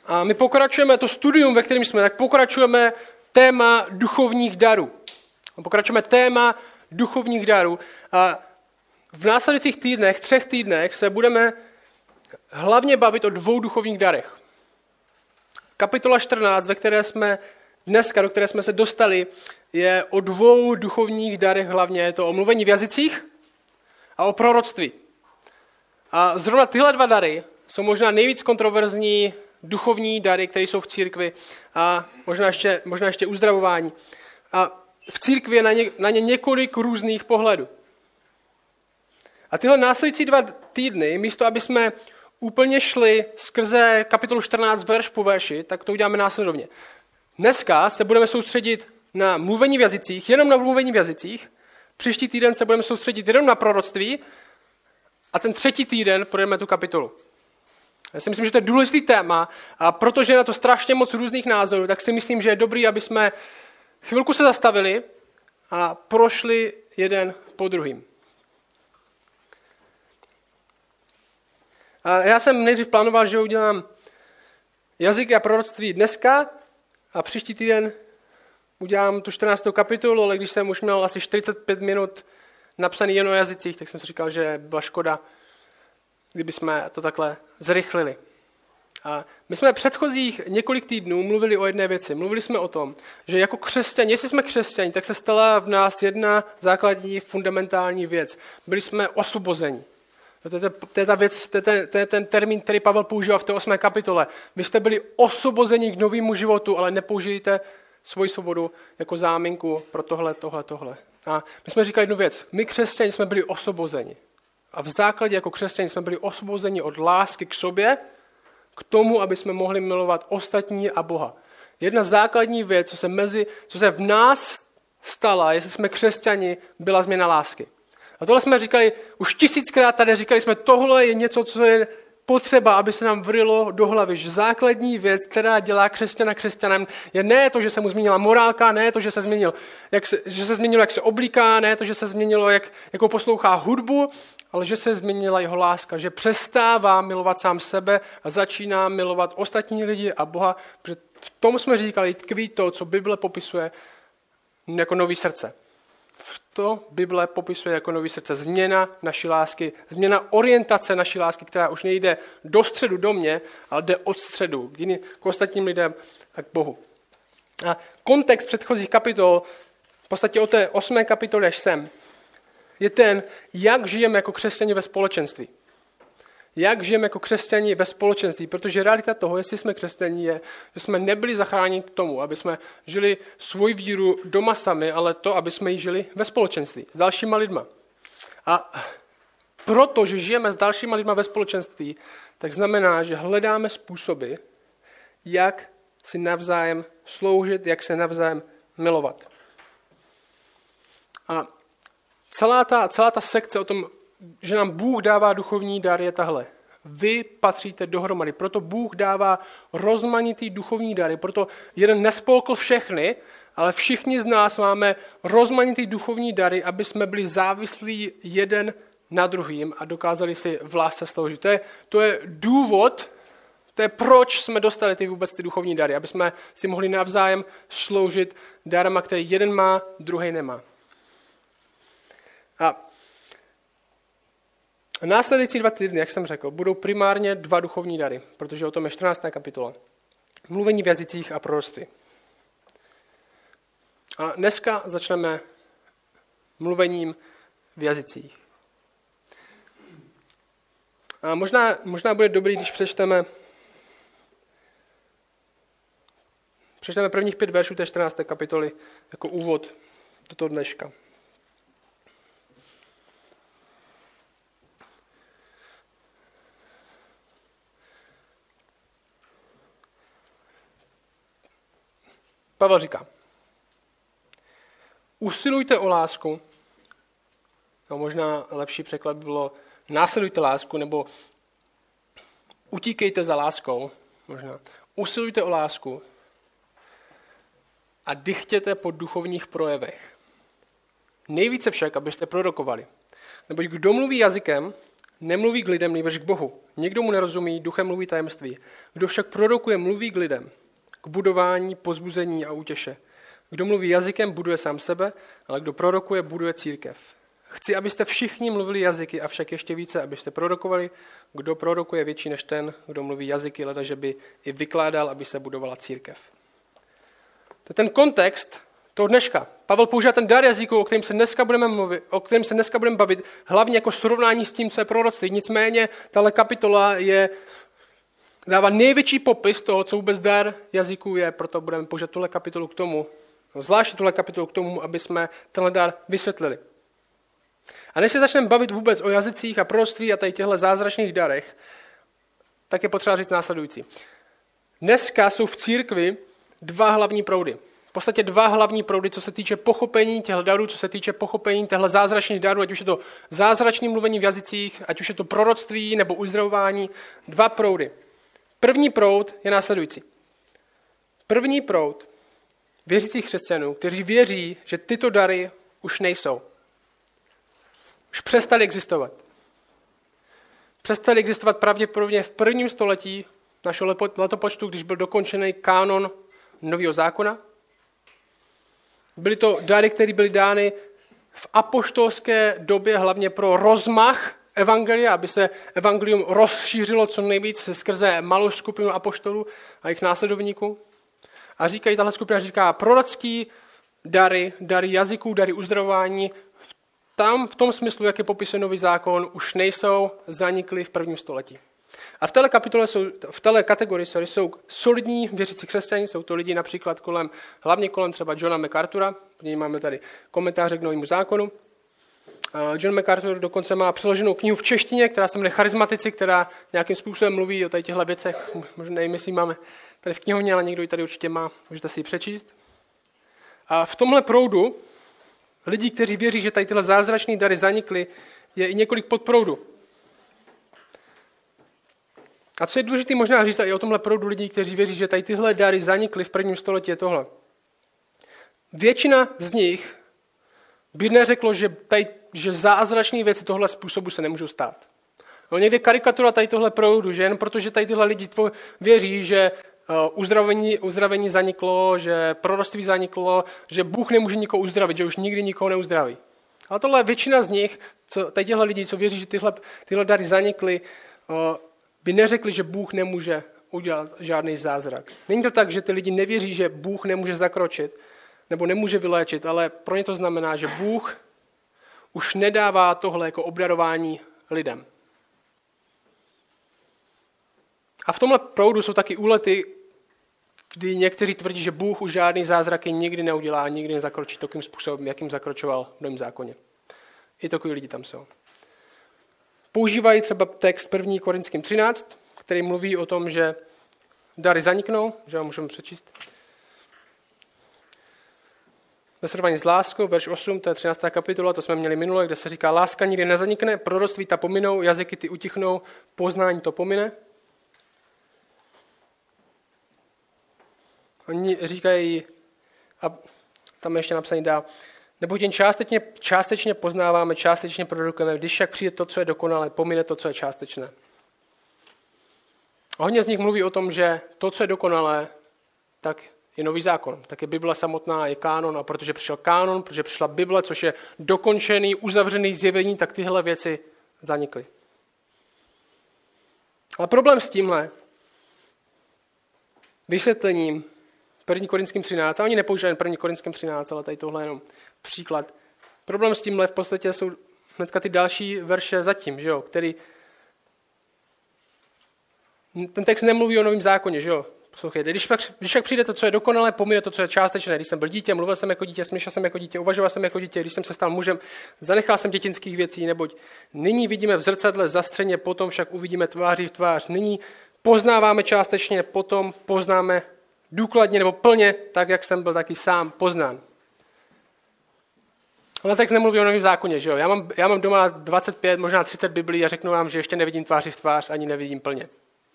A my pokračujeme, to studium, ve kterém jsme, tak pokračujeme téma duchovních darů. Pokračujeme téma duchovních darů. A v následujících týdnech, 3 týdnech se budeme hlavně bavit o 2 duchovních darech. Kapitola 14, ve které jsme dneska, do které jsme se dostali, je o 2 duchovních darech hlavně. Je to o mluvení v jazycích a o proroctví. A zrovna tyhle 2 dary jsou možná nejvíc kontroverzní duchovní dary, které jsou v církvi a možná ještě uzdravování. A v církvi je na ně několik různých pohledů. A tyhle následující 2 týdny, místo aby jsme úplně šli skrze kapitolu 14 verš po verši, tak to uděláme následovně. Dneska se budeme soustředit na mluvení v jazycích, jenom na mluvení v jazycích. Příští týden se budeme soustředit jenom na proroctví a ten 3. týden projdeme tu kapitolu. Já si myslím, že to je důležitý téma a protože je na to strašně moc různých názorů, tak si myslím, že je dobrý, aby jsme chvilku se zastavili a prošli jeden po druhým. A já jsem nejdřív plánoval, že udělám jazyky a proroctví dneska a příští týden udělám tu 14. kapitolu, ale když jsem už měl asi 45 minut napsaný jen o jazycích, tak jsem si říkal, že byla škoda, kdyby jsme to takhle zrychlili. A my jsme předchozích několik týdnů mluvili o jedné věci. Mluvili jsme o tom, že jako křesťani, jestli jsme křesťani, tak se stala v nás jedna základní fundamentální věc. Byli jsme osvobozeni. To je ta věc, to je ten termín, který Pavel používal v té 8. kapitole. Vy jste byli osvobozeni k novému životu, ale nepoužijte svoji svobodu jako záminku pro tohle. A my jsme říkali jednu věc. My křesťani jsme byli osvobozeni. A v základě jako křesťani jsme byli osvobozeni od lásky k sobě, k tomu, aby jsme mohli milovat ostatní a Boha. Jedna základní věc, co se v nás stala, jestli jsme křesťani, byla změna lásky. A tohle jsme říkali už 1000krát tady, říkali jsme, tohle je něco, co je potřeba, aby se nám vrylo do hlavy. Že základní věc, která dělá křesťana křesťanem, je ne to, že se mu změnila morálka, ne to, že se změnilo, jak se oblíká, ne to, že se změnilo, jakou poslouchá hudbu, ale že se změnila jeho láska, že přestává milovat sám sebe a začíná milovat ostatní lidi a Boha, protože tomu jsme říkali, tkví to, co Bible popisuje jako nový srdce. V to Bible popisuje jako nový srdce. Změna naší lásky, změna orientace naší lásky, která už nejde do středu do mě, ale jde od středu k ostatním lidem a k Bohu. A kontext předchozích kapitol, v podstatě od té 8. kapitoly až sem, je ten, jak žijeme jako křesťani ve společenství. Jak žijeme jako křesťani ve společenství, protože realita toho, jestli jsme křesťani, je, že jsme nebyli zachráněni k tomu, aby jsme žili svou víru doma sami, ale to, aby jsme ji žili ve společenství s dalšíma lidma. A protože žijeme s dalšíma lidma ve společenství, tak znamená, že hledáme způsoby, jak si navzájem sloužit, jak se navzájem milovat. A celá ta sekce o tom, že nám Bůh dává duchovní dar, je tahle. Vy patříte dohromady, proto Bůh dává rozmanitý duchovní dary, proto jeden nespolkl všechny, ale všichni z nás máme rozmanitý duchovní dary, aby jsme byli závislí jeden na druhým a dokázali si v lásce sloužit. To je důvod, to je proč jsme dostali vůbec ty duchovní dary, aby jsme si mohli navzájem sloužit darama, který jeden má, druhý nemá. A následující 2 týdny, jak jsem řekl, budou primárně 2 duchovní dary, protože o tom je 14. kapitola. Mluvení v jazycích a proroctví. A dneska začneme mluvením v jazycích. A možná bude dobrý, když přečteme prvních 5 veršů té 14. kapitoly jako úvod do toho dneška. Pavel říká, usilujte o lásku, no možná lepší překlad by bylo následujte lásku, nebo utíkejte za láskou, možná. Usilujte o lásku a dychtěte po duchovních projevech. Nejvíce však, abyste prorokovali. Neboť kdo mluví jazykem, nemluví k lidem, nýbrž k Bohu. Někdo mu nerozumí, duchem mluví tajemství. Kdo však prorokuje, mluví k lidem, k budování, pozbuzení a útěše. Kdo mluví jazykem, buduje sám sebe, ale kdo prorokuje, buduje církev. Chci, abyste všichni mluvili jazyky, avšak ještě více, abyste prorokovali. Kdo prorokuje, větší než ten, kdo mluví jazyky, leda, že by i vykládal, aby se budovala církev. To je ten kontext toho dneška. Pavel používá ten dar jazyků, o kterém se dneska budeme mluvit, o kterém se dneska budeme bavit, hlavně jako srovnání s tím, co je proroctví. Nicméně tahle kapitola dává největší popis toho, co vůbec dar jazyků je, proto budeme používat tuhle kapitolu k tomu, zvláště tuhle kapitolu k tomu, aby jsme tenhle dar vysvětlili. A než se začneme bavit vůbec o jazycích a proroctví a tady těchto zázračných darech, tak je potřeba říct následující. Dneska jsou v církvi dva hlavní proudy. V podstatě dva hlavní proudy, co se týče pochopení těchto darů, co se týče pochopení těchto zázračných darů, ať už je to zázračné mluvení v jazycích, ať už je to proroctví nebo uzdravování. Dva proudy. První proud je následující. První proud věřících křesťanů, kteří věří, že tyto dary už nejsou. Už přestali existovat. Přestali existovat pravděpodobně v prvním století našeho letopočtu, když byl dokončený kánon Nového zákona. Byly to dary, které byly dány v apoštolské době hlavně pro rozmach evangelia, aby se evangelium rozšířilo co nejvíc skrze malou skupinu apoštolů a jejich následovníků. A tahle skupina říká prorocký dary jazyků, dary uzdravování, tam v tom smyslu, jak je popisuje Nový zákon, už nejsou, zanikly v prvním století. A v téhle kategorii jsou solidní věřící křesťané, jsou to lidi například hlavně kolem třeba Johna MacArthura, kde máme tady komentáře k Novému zákonu. John MacArthur dokonce má přeloženou knihu v češtině, která se jmenuje Charismatici, která nějakým způsobem mluví o těchto věcech. Možná nevím, jestli máme tady v knihovně, ale někdo ji tady určitě má, můžete si ji přečíst. A v tomhle proudu lidí, kteří věří, že tady tyhle zázračné dary zanikly, je i několik podproudů. A co je důležité možná říct i o tomhle proudu lidí, kteří věří, že tady tyhle dary zanikly v prvním století, je tohle. Většina z nich by neřeklo, že zázračné věci tohle způsobu se nemůžou stát. No, někde karikatura tady tohle proudu, že jen protože tady tyhle lidi věří, že uzdravení zaniklo, že proroctví zaniklo, že Bůh nemůže nikoho uzdravit, že už nikdy nikoho neuzdraví. Ale tohle většina z nich, tady těchto lidí, co věří, že tyhle dary zanikly, by neřekli, že Bůh nemůže udělat žádný zázrak. Není to tak, že ty lidi nevěří, že Bůh nemůže zakročit nebo nemůže vyléčit, ale pro ně to znamená, že Bůh už nedává tohle jako obdarování lidem. A v tomhle proudu jsou taky úlety, kdy někteří tvrdí, že Bůh už žádný zázraky nikdy neudělá a nikdy nezakročí takovým způsobem, jakým zakročoval v Novém zákoně. I takový lidi tam jsou. Používají třeba text 1. Korinským 13, který mluví o tom, že dary zaniknou, že ho můžeme přečíst. Ve srovnání s láskou, verš 8, to je 13. kapitola, to jsme měli minule, kde se říká, láska nikdy nezanikne, proroctví ta pominou, jazyky ty utichnou, poznání to pomine. Oni říkají, a tam je ještě napsaný dál, neboť jen částečně poznáváme, částečně produkujeme, když však přijde to, co je dokonalé, pomine to, co je částečné. A hodně z nich mluví o tom, že to, co je dokonalé, tak je Nový zákon, tak je Bible samotná, je kánon, a protože přišel kánon, protože přišla Bible, což je dokončený, uzavřený zjevení, tak tyhle věci zanikly. Ale problém s tímhle vysvětlením 1. Korinským 13, a oni nepoužívají 1. Korinským 13, ale tady tohle je jenom příklad. Problém s tímhle v podstatě jsou hnedka ty další verše zatím, že jo, který ten text nemluví o Novém zákoně, že jo. Poslouchejte, když však přijde to, co je dokonalé, pomine to, co je částečné. Když jsem byl dítě, mluvil jsem jako dítě, smýšlel jsem jako dítě, uvažoval jsem jako dítě, když jsem se stal mužem, zanechal jsem dětinských věcí, neboť nyní vidíme v zrcadle zastřeně, potom však uvidíme tváří v tvář. Nyní poznáváme částečně, potom poznáme důkladně nebo plně, tak jak jsem byl taky sám poznán. Ale text nemluví o Novém zákoně, že jo? Já mám doma 25, možná 30 Biblií a řeknu vám, že ještě nevidím tváři v tvář, ani nevidím plně.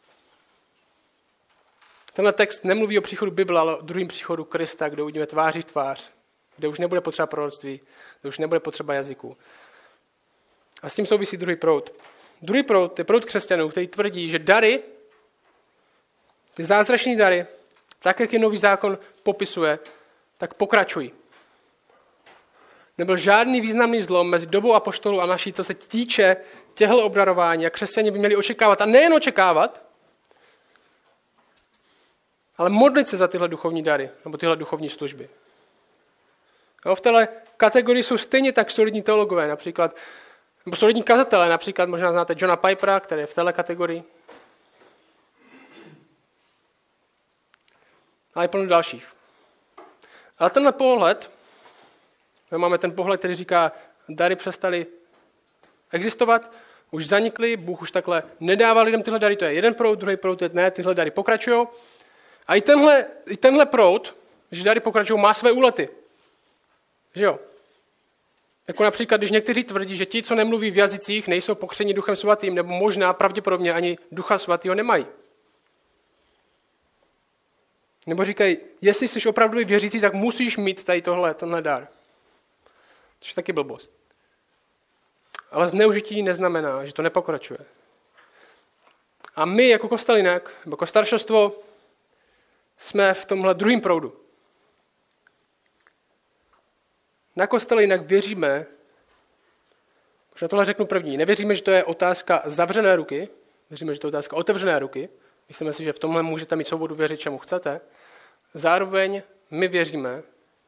Tenhle text nemluví o příchodu Bible, ale o druhém příchodu Krista, kde uvidíme tváří v tvář, kde už nebude potřeba proroctví, kde už nebude potřeba jazyků. A s tím souvisí druhý proud. Druhý proud je proud křesťanů, který tvrdí, že dary, ty zázračné dary, tak, jak je Nový zákon popisuje, tak pokračují. Nebyl žádný významný zlom mezi dobou apoštolů a naší, co se týče těchto obdarování. A křesťané by měli očekávat, a nejen očekávat, ale modlit se za tyhle duchovní dary, nebo tyhle duchovní služby. Jo, v téhle kategorii jsou stejně tak solidní teologové, například, nebo solidní kazatelé, například možná znáte Johna Pipera, který je v téhle kategorii. Ale i plno dalších. Ale tenhle pohled, my máme ten pohled, který říká, dary přestaly existovat, už zanikly, Bůh už takhle nedává lidem tyhle dary, to je jeden proud, druhý proud je ne, tyhle dary pokračují. A i tenhle proud, že dary pokračují, má své úlety. Že jo? Jako například, když někteří tvrdí, že ti, co nemluví v jazycích, nejsou pokřtěni Duchem svatým, nebo možná pravděpodobně ani Ducha svatého nemají. Nebo říkají, jestli jsi opravdu věřící, tak musíš mít tady tenhle dar. Což je taky blbost. Ale zneužití neznamená, že to nepokračuje. A my jako kostelinek, jako staršostvo, jsme v tomhle druhém proudu. Na kostelinek věříme, možná tohle řeknu první, nevěříme, že to je otázka zavřené ruky, věříme, že to je otázka otevřené ruky, myslíme si, že v tomhle můžete mít svobodu věřit, čemu chcete. Zároveň my věříme,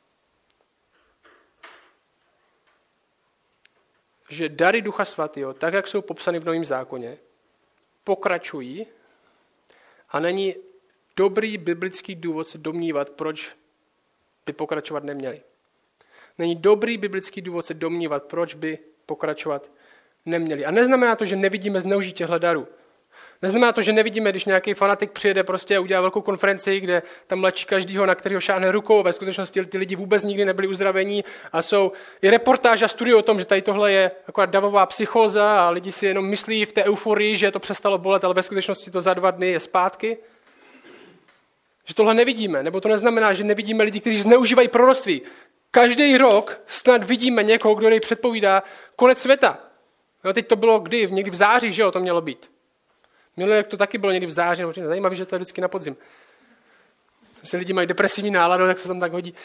že dary Ducha svatého, tak jak jsou popsány v Novém zákoně, pokračují a není dobrý biblický důvod se domnívat, proč by pokračovat neměli. Není dobrý biblický důvod se domnívat, proč by pokračovat neměli. A neznamená to, že nevidíme zneužití těchto darů. Neznamená to, že nevidíme, když nějaký fanatik přijede prostě a udělá velkou konferenci, kde tam léčí každýho, na kterého šáhne rukou. Ve skutečnosti ty lidi vůbec nikdy nebyli uzdravení a jsou i reportáž a studie o tom, že tady tohle je akorát davová psychóza a lidi si jenom myslí v té euforii, že to přestalo bolet, ale ve skutečnosti to za 2 dny je zpátky. Že tohle nevidíme, nebo to neznamená, že nevidíme lidi, kteří zneužívají proroctví. Každý rok snad vidíme někoho, kdo předpovídá konec světa. No, teď to bylo kdy? Někdy v září, že jo, to mělo být. Minulý rok to taky bylo někdy v září, nebo zajímavé, že to je vždycky na podzim. Když lidi mají depresivní náladu, tak se tam tak hodí.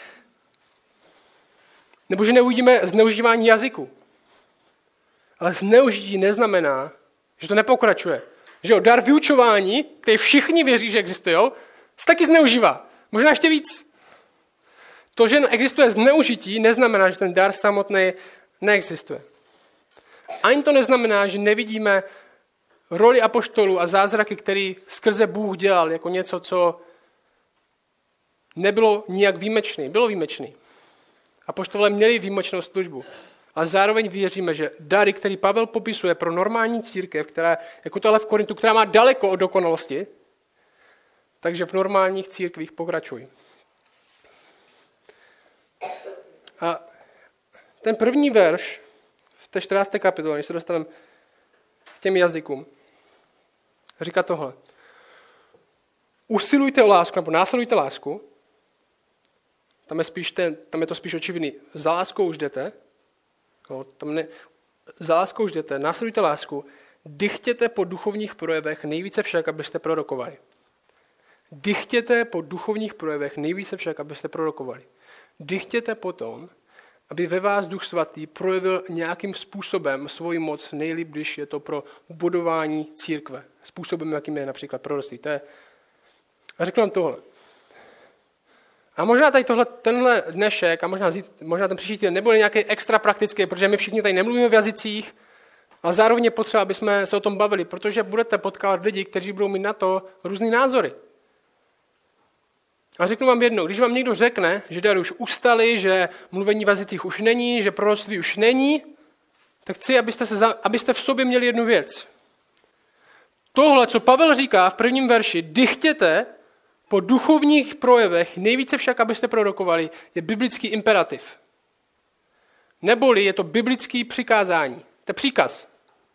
Nebo že neuvidíme zneužívání jazyku. Ale zneužití neznamená, že to nepokračuje. Že jo, dar vyučování, který všichni věří, že existují, se taky zneužívá. Možná ještě víc. To, že existuje zneužití, neznamená, že ten dar samotný neexistuje. Ani to neznamená, že nevidíme roli apoštolů a zázraky, který skrze Bůh dělal jako něco, co nebylo nijak výjimečný. Bylo výjimečný. Apoštolé měli výjimečnou službu. Ale zároveň věříme, že dary, který Pavel popisuje pro normální církev, která, jako tohle v Korintu, která má daleko od dokonalosti, takže v normálních církvích pokračují. A ten první verš v té 14. kapitole, než se dostaneme k těm jazykům, říká tohle. Usilujte o lásku, nebo následujte lásku. Tam je to spíš očividný. Za láskou už jdete. No, za láskou už jdete. Následujte lásku. Dychtěte po duchovních projevech, nejvíce však, abyste prorokovali. Dychtěte po duchovních projevech, nejvíce však, abyste prorokovali. Dychtěte potom, aby ve vás Duch Svatý projevil nějakým způsobem svoji moc, nejlíp, když je to pro budování církve. Způsobem, jakým je například proroctví. A řeknu vám tohle. A možná tady tenhle dnešek a možná ten příští týden nebude nějaký extra praktický, protože my všichni tady nemluvíme v jazycích, ale zároveň je potřeba, aby jsme se o tom bavili, protože budete potkávat lidi, kteří budou mít na to různý názory. A řeknu vám jednou, když vám někdo řekne, že dary už ustaly, že mluvení v jazycích už není, že proroctví už není, tak chci, abyste v sobě měli jednu věc. Tohle, co Pavel říká v prvním verši, dychtěte po duchovních projevech, nejvíce však, abyste prorokovali, je biblický imperativ. Neboli je to biblický přikázání. To je příkaz.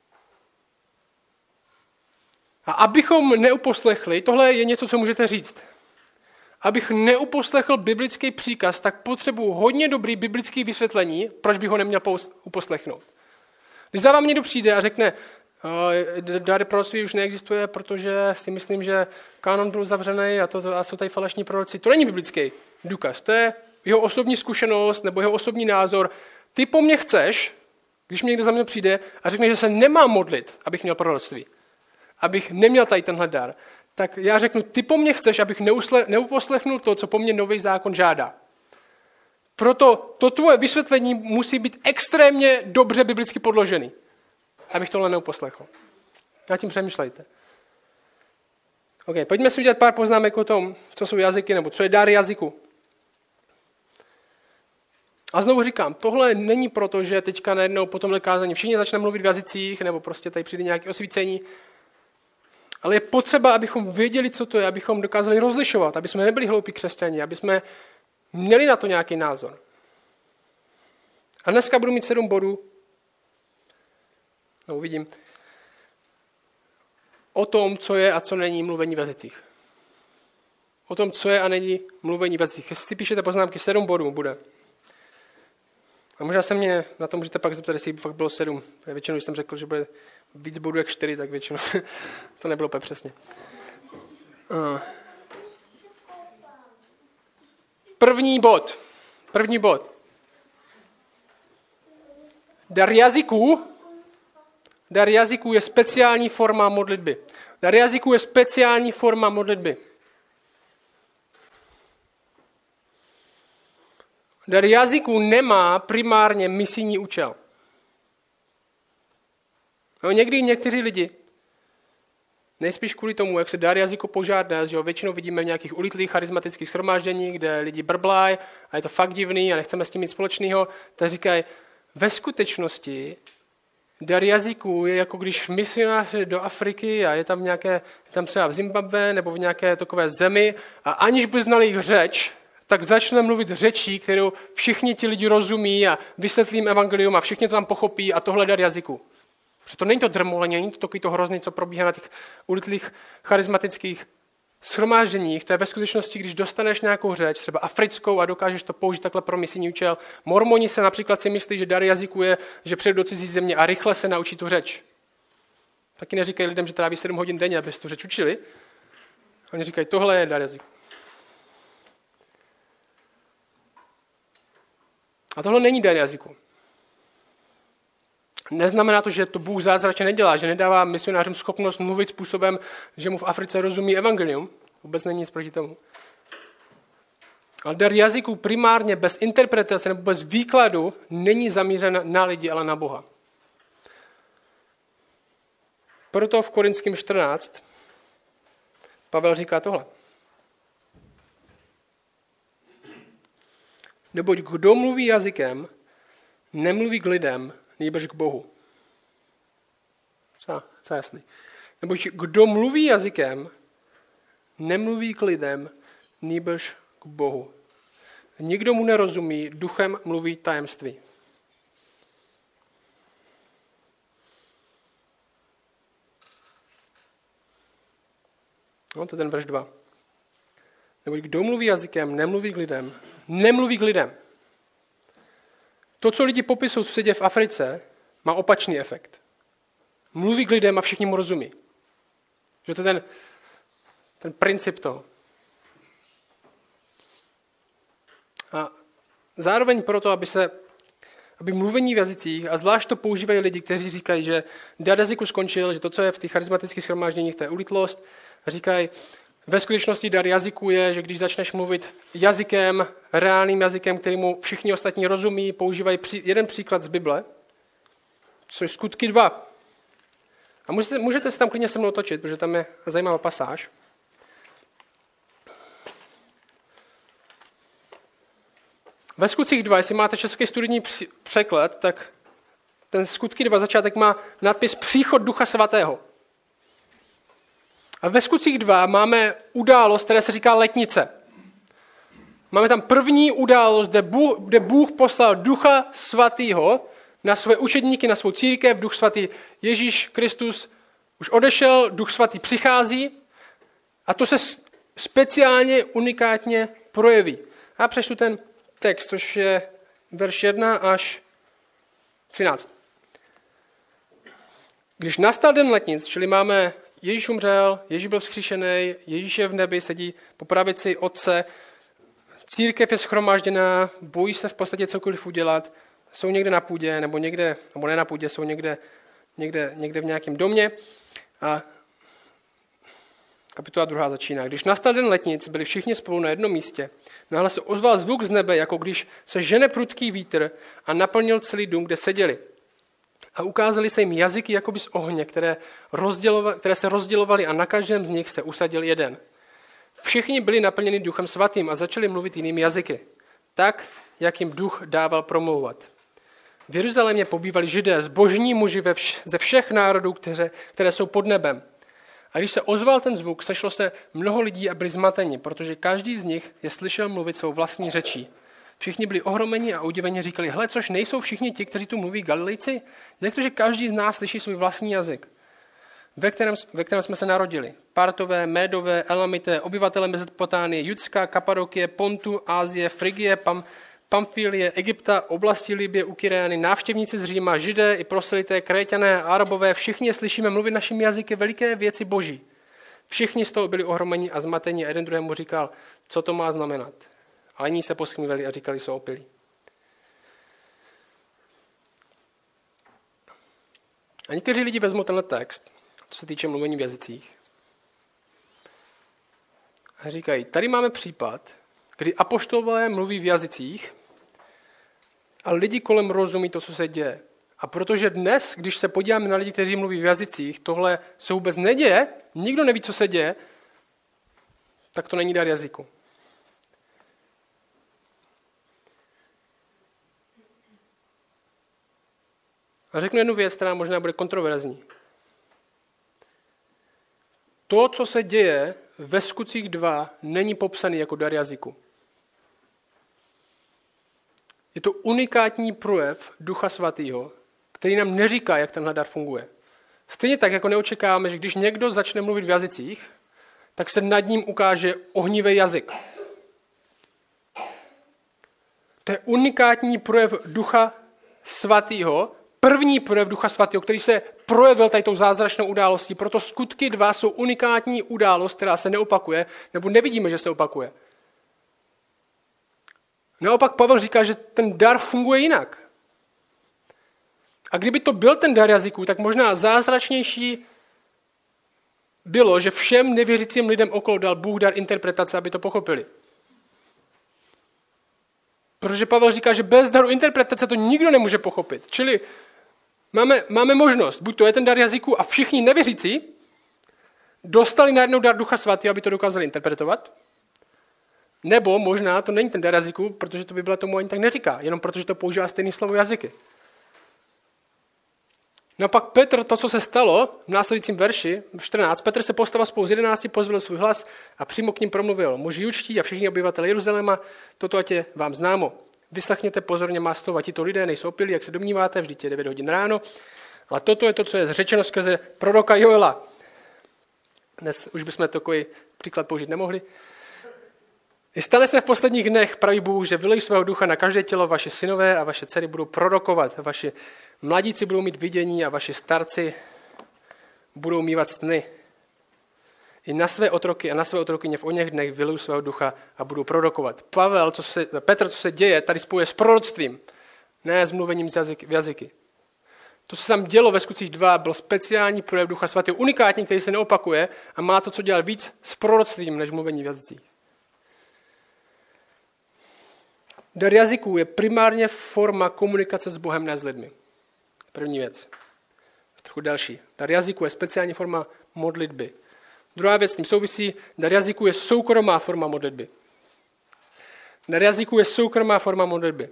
A abychom neuposlechli, tohle je něco, co můžete říct. Abych neuposlechl biblický příkaz, tak potřebuji hodně dobrý biblický vysvětlení, proč bych ho neměl uposlechnout. Když za vám někdo přijde a řekne, Dar proroctví už neexistuje, protože si myslím, že kanon byl zavřený a jsou tady falešní proroci. To není biblický důkaz. To je jeho osobní zkušenost nebo jeho osobní názor. Ty po mně chceš, když mi někdo za mnou přijde a řekne, že se nemám modlit, abych měl proroctví, abych neměl tady tenhle dar, tak já řeknu, ty po mně chceš, abych neuposlechnul to, co po mně nový zákon žádá. Proto to tvoje vysvětlení musí být extrémně dobře biblicky podložený, abych tohle neuposlechl. Na tím přemýšlejte. OK, pojďme si udělat pár poznámek o tom, co jsou jazyky, nebo co je dar jazyku. A znovu říkám, tohle není proto, že teďka najednou po tomhle kázání všichni začneme mluvit v jazycích, nebo prostě tady přijde nějaké osvícení, ale je potřeba, abychom věděli, co to je, abychom dokázali rozlišovat, aby jsme nebyli hloupí křesťani, aby jsme měli na to nějaký názor. A dneska budu mít 7 bodů, no uvidím, o tom, co je a co není mluvení v jazycích. O tom, co je a není mluvení v jazycích. Jestli si píšete poznámky, 7 bodů bude. A možná se mě na to můžete pak zeptat, jestli fakt bylo 7. Většinou, když jsem řekl, že bude víc bodů jak 4, tak většinou to nebylo úplně přesně. První bod. Dar jazyků je speciální forma modlitby. Dar jazyků je speciální forma modlitby. Dar jazyků nemá primárně misijní účel. No, někteří lidi, nejspíš kvůli tomu, jak se dar jazyku požádá, že ho většinou vidíme v nějakých ulitlých charismatických shromážděních, kde lidi brblají a je to fakt divný a nechceme s tím nic společného, tak říkají, ve skutečnosti dar jazyků je jako když misionář do Afriky a je tam třeba v Zimbabwe nebo v nějaké takové zemi a aniž by znali jejich řeč, tak začne mluvit řečí, kterou všichni ti lidi rozumí a vysvětlím evangelium a všichni to tam pochopí a tohle dar jazyku. Protože to není to drmolení, není to takový to hrozný, co probíhá na těch ulitlých charismatických shromážděních. To je ve skutečnosti, když dostaneš nějakou řeč, třeba africkou a dokážeš to použít takhle pro misijní účel. Mormoni se například si myslí, že dar jazyku je, že přijdou do cizí země a rychle se naučí tu řeč. Taky neříkají lidem, že tráví 7 hodin denně, aby tu řeč učili. Oni říkají, tohle je dar jazyku. A tohle není dar jazyku. Neznamená to, že to Bůh zázračně nedělá, že nedává misionářům schopnost mluvit způsobem, že mu v Africe rozumí evangelium. Vůbec není nic proti tomu. Ale dar jazyků primárně bez interpretace nebo bez výkladu není zamířen na lidi, ale na Boha. Proto v Korinským 14 Pavel říká tohle. Neboť kdo mluví jazykem, nemluví k lidem, nýbrž k Bohu. Co jasný. Neboť kdo mluví jazykem, nemluví k lidem, nýbrž k Bohu. Nikdo mu nerozumí, duchem mluví tajemství. No, to je ten verš 2. Neboť kdo mluví jazykem, nemluví k lidem. Nemluví k lidem. To, co lidi popisují, co se děje v Africe, má opačný efekt. Mluví k lidem a všichni mu rozumí. Že to je ten princip toho. A zároveň proto, aby mluvení v jazycích, a zvlášť to používají lidi, kteří říkají, že dar jazyku skončil, že to, co je v těch charismatických shromážděních, to je ulitlost, a říkají, ve skutečnosti dar jazyku je, že když začneš mluvit jazykem, reálným jazykem, kterému všichni ostatní rozumí, používají jeden příklad z Bible, což Skutky 2. A můžete se tam klidně se mnou točit, protože tam je zajímavá pasáž. Ve Skutcích 2, jestli máte český studijní překlad, tak ten Skutky 2 začátek má nadpis Příchod Ducha Svatého. A ve Skutcích 2 máme událost, která se říká letnice. Máme tam první událost, kde Bůh poslal Ducha Svatého na své učedníky, na svou církev. Duch Svatý Ježíš Kristus už odešel, Duch Svatý přichází a to se speciálně, unikátně projeví. Já přečtu ten text, což je verš 1 až 13. Když nastal den letnic, čili máme Ježíš umřel, Ježíš byl vzkříšený, Ježíš je v nebi, sedí po pravici Otce, církev je shromážděná, bojí se v podstatě cokoliv udělat, jsou někde na půdě, nebo někde, nebo ne na půdě, jsou někde v nějakém domě. A kapitola 2. začíná. Když nastal den letnic, byli všichni spolu na jednom místě. Náhle se ozval zvuk z nebe, jako když se žene prudký vítr a naplnil celý dům, kde seděli. A ukázali se jim jazyky jakoby z ohně, které se rozdělovaly a na každém z nich se usadil jeden. Všichni byli naplněni Duchem Svatým a začali mluvit jinými jazyky, tak, jak jim Duch dával promlouvat. V Jeruzalémě pobývali Židé, zbožní muži ze všech národů, které jsou pod nebem. A když se ozval ten zvuk, sešlo se mnoho lidí a byli zmateni, protože každý z nich je slyšel mluvit svou vlastní řečí. Všichni byli ohromeni a udiveni říkali, hle, což nejsou všichni ti, kteří tu mluví Galilejci? Jak to, že každý z nás slyší svůj vlastní jazyk, ve kterém jsme se narodili? Partové, Médové, Elamité, obyvatele Mezopotánie, Judska, Kapadokie, Pontu, Ázie, Frigie, Pamfílie, Egypta, oblasti Libye, u Kyrény, návštěvníci z Říma, Židé i proselyté, Kréťané, Arabové, všichni je slyšíme mluvit našimi jazyky veliké věci boží. Všichni z toho byli ohromeni a zmateni a jeden druhému říkal, co to má znamenat. A jiní se posmívali a říkali, jsou opilí. A někteří lidi vezmou tenhle text, co se týče mluvení v jazycích, a říkají, tady máme případ, kdy apoštolové mluví v jazycích a lidi kolem rozumí to, co se děje. A protože dnes, když se podíváme na lidi, kteří mluví v jazycích, tohle se vůbec neděje, nikdo neví, co se děje, tak to není dar jazyku. A řeknu jednu věc, která možná bude kontroverzní. To, co se děje ve Skutcích 2, není popsaný jako dar jazyku. Je to unikátní projev Ducha Svatého, který nám neříká, jak tenhle dar funguje. Stejně tak, jako neočekáváme, že když někdo začne mluvit v jazycích, tak se nad ním ukáže ohnivý jazyk. To je unikátní projev Ducha Svatého, první projev Ducha Svatého, který se projevil tady tou zázračnou událostí. Proto Skutky 2 jsou unikátní událost, která se neopakuje, nebo nevidíme, že se opakuje. Naopak Pavel říká, že ten dar funguje jinak. A kdyby to byl ten dar jazyků, tak možná zázračnější bylo, že všem nevěřícím lidem okolo dal Bůh dar interpretace, aby to pochopili. Protože Pavel říká, že bez daru interpretace to nikdo nemůže pochopit. Čili máme možnost, buď to je ten dar jazyků a všichni nevěřící dostali najednou dar Ducha Svatého, aby to dokázali interpretovat, nebo možná to není ten dar jazyků, protože to Bible tomu ani tak neříká, jenom protože to používá stejné slovo jazyky. No a pak Petr, to, co se stalo v následujícím verši, 14, Petr se postavil spolu z 11, pozvedl svůj hlas a přímo k ním promluvil. Muži jučtí a všichni obyvatelé Jeruzaléma, toto ať je vám známo. Vyslechněte pozorně má slova, tito lidé nejsou opilí, jak se domníváte, vždyť je 9 hodin ráno. Ale toto je to, co je řečeno skrze proroka Joela. Dnes už bychom takový příklad použít nemohli. I stane se v posledních dnech, praví Bůh, že vylejí svého ducha na každé tělo, vaše synové a vaše dcery budou prorokovat, vaši mladíci budou mít vidění a vaši starci budou mívat sny. I na své otroky a na své otrokyně v oněch dnech vylejí svého ducha a budou prorokovat. Petr, co se děje, tady spojuje s proroctvím, ne s mluvením v jazyky. To, co se tam dělo ve Skutcích 2, byl speciální projev Ducha Svatého, unikátní, který se neopakuje a má to, co dělat víc s proroctvím, než mluvení v jazycích. Dar jazyků je primárně forma komunikace s Bohem, ne s lidmi. První věc. Trochu další. Dar jazyků je speciální forma modlitby. Druhá věc s tím souvisí. Dar jazyků je soukromá forma modlitby. Dar jazyků je soukromá forma modlitby.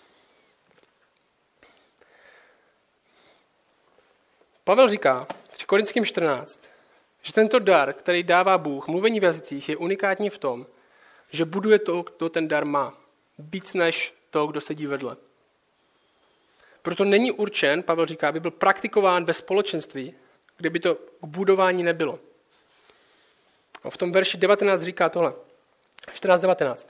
Pavel říká v Korinským 14, že tento dar, který dává Bůh, mluvení v jazycích, je unikátní v tom, že buduje to, kdo ten dar má. Víc než to, kdo sedí vedle. Proto není určen, Pavel říká, aby byl praktikován ve společenství, kde by to k budování nebylo. A v tom verši 19 říká tohle. 14:19.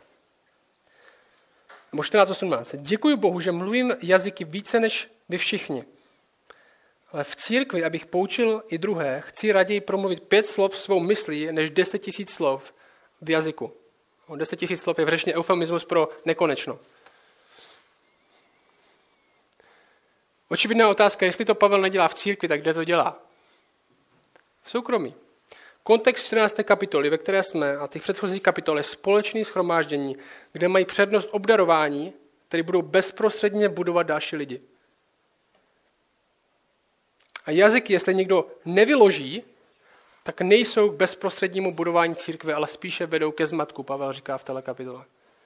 Nebo 14:18. Děkuji Bohu, že mluvím jazyky více než vy všichni. Ale v církvi, abych poučil i druhé, chci raději promluvit 5 slov svou myslí, než 10 000 slov v jazyku. 10 000 slov je v řečtině eufemismus pro nekonečno. Očividná otázka, jestli to Pavel nedělá v církvi, tak kde to dělá? V soukromí. Kontext 14. kapitoly, ve které jsme, a těch předchozích kapitol je společné shromáždění, kde mají přednost obdarování, které budou bezprostředně budovat další lidi. A jazyky, jestli někdo nevyloží, tak nejsou k bezprostřednímu budování církve, ale spíše vedou ke zmatku, Pavel říká v této kapitole.